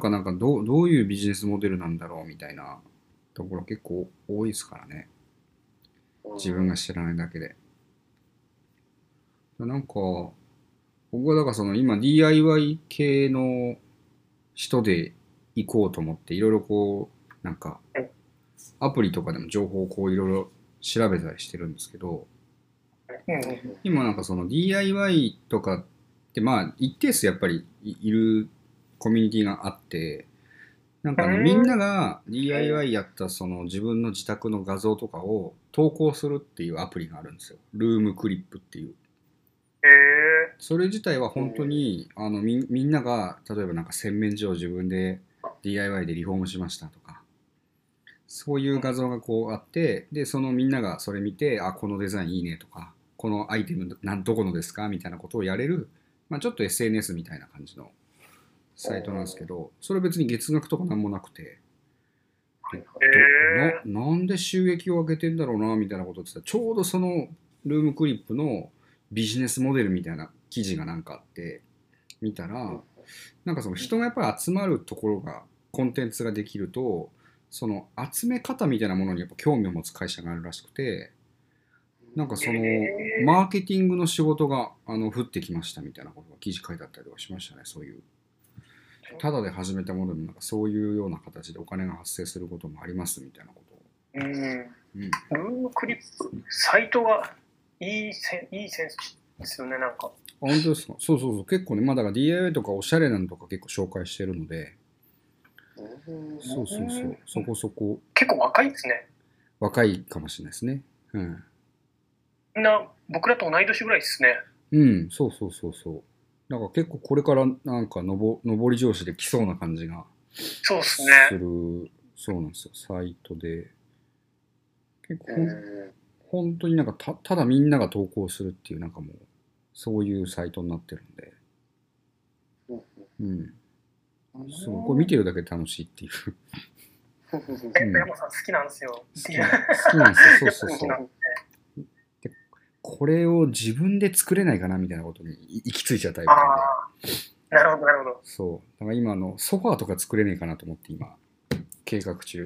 中なんかどういうビジネスモデルなんだろうみたいなところ結構多いですからね。自分が知らないだけで。なんか、僕はだからその今 DIY 系の人で行こうと思っていろいろこう、なんかアプリとかでも情報をこういろいろ調べたりしてるんですけど、今なんかその DIY とかってまあ一定数やっぱりいるコミュニティがあって、なんかみんなが DIY やったその自分の自宅の画像とかを投稿するっていうアプリがあるんですよ。ルームクリップっていう。それ自体は本当にみんなが例えばなんか洗面所を自分で DIY でリフォームしましたとか、そういう画像がこうあって、でそのみんながそれ見て、あ、このデザインいいねとか、このアイテムどこのですかみたいなことをやれる、まあ、ちょっと SNS みたいな感じのサイトなんですけど、それ別に月額とかなんもなくて、なんで収益を上げてんだろうなみたいなことって言ったら、ちょうどそのルームクリップのビジネスモデルみたいな記事がなんかあって見たら、なんかその人がやっぱり集まるところがコンテンツができると、その集め方みたいなものにやっぱ興味を持つ会社があるらしくて、なんかそのマーケティングの仕事が降ってきましたみたいなことが記事書いてあったりとかしましたね。そういうただで始めたものでもなんかそういうような形でお金が発生することもありますみたいなことを。 ルームクリップサイトがいいセンスですよね。なんか本当ですか。そうそうそう、結構ね、まあだから DIY とかおしゃれなのとか結構紹介してるので、そうそうそう、そこそこ結構若いですね。 若いかもしれないですね。うん。 みんな僕らと同い年ぐらいですね。 うん、そうそうそうそう。なんか結構これからなんか上り調子で来そうな感じがそうですね。 する、そうなんですよ、サイトで。結構本当になんかただみんなが投稿するっていうなんかもう、そういうサイトになってるんで。うん。そう、これ見てるだけで楽しいっていう。 山さん好きなんですよ。 好きなんですよ。そうそうそう。でこれを自分で作れないかなみたいなことに行き着いちゃうタイプなんで。 なるほど、なるほど。 そう。だから今ソファーとか作れねえかなと思って今、計画中。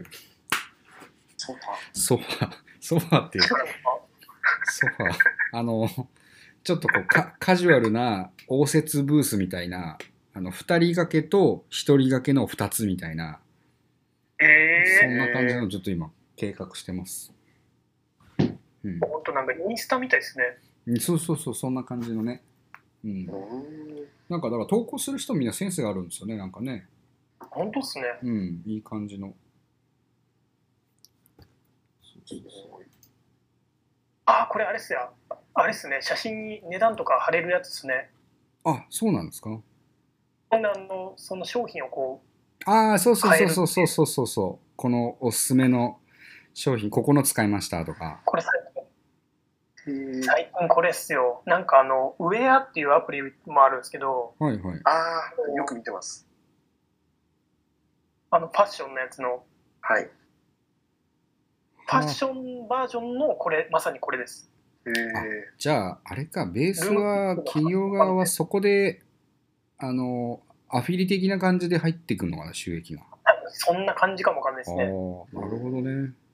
ソファーっていう。ソファー。ちょっとこうカジュアルな応接ブースみたいな、2人掛けと1人掛けの2つみたいな、そんな感じのちょっと今計画してます。 うん、ほんとなんかインスタみたいですね。 そうそうそう、そんな感じのね。うん。なんかだから投稿する人みんなセンスがあるんですよね、なんかね。 本当っすね。 うん、いい感じの。 あ、これあれっすよ。あれっすね、写真に値段とか貼れるやつですね。 あ、そうなんですか。 その商品をこう。 ああ、そうそうそうそうそうそうそうそう。このおすすめの商品、ここの使いましたとか。 これ最近これっすよ。なんかウェアっていうアプリもあるんですけど。 はいはい。 ああ、よく見てます。 ファッションのやつの。 はい。 ファッションバージョンのこれ、まさにこれです。 じゃあ、あれか、ベースは企業側はそこで、アフィリ的な感じで入ってくるのかな、収益が。 そんな感じかもわかんないですね。 ああ、なるほどね。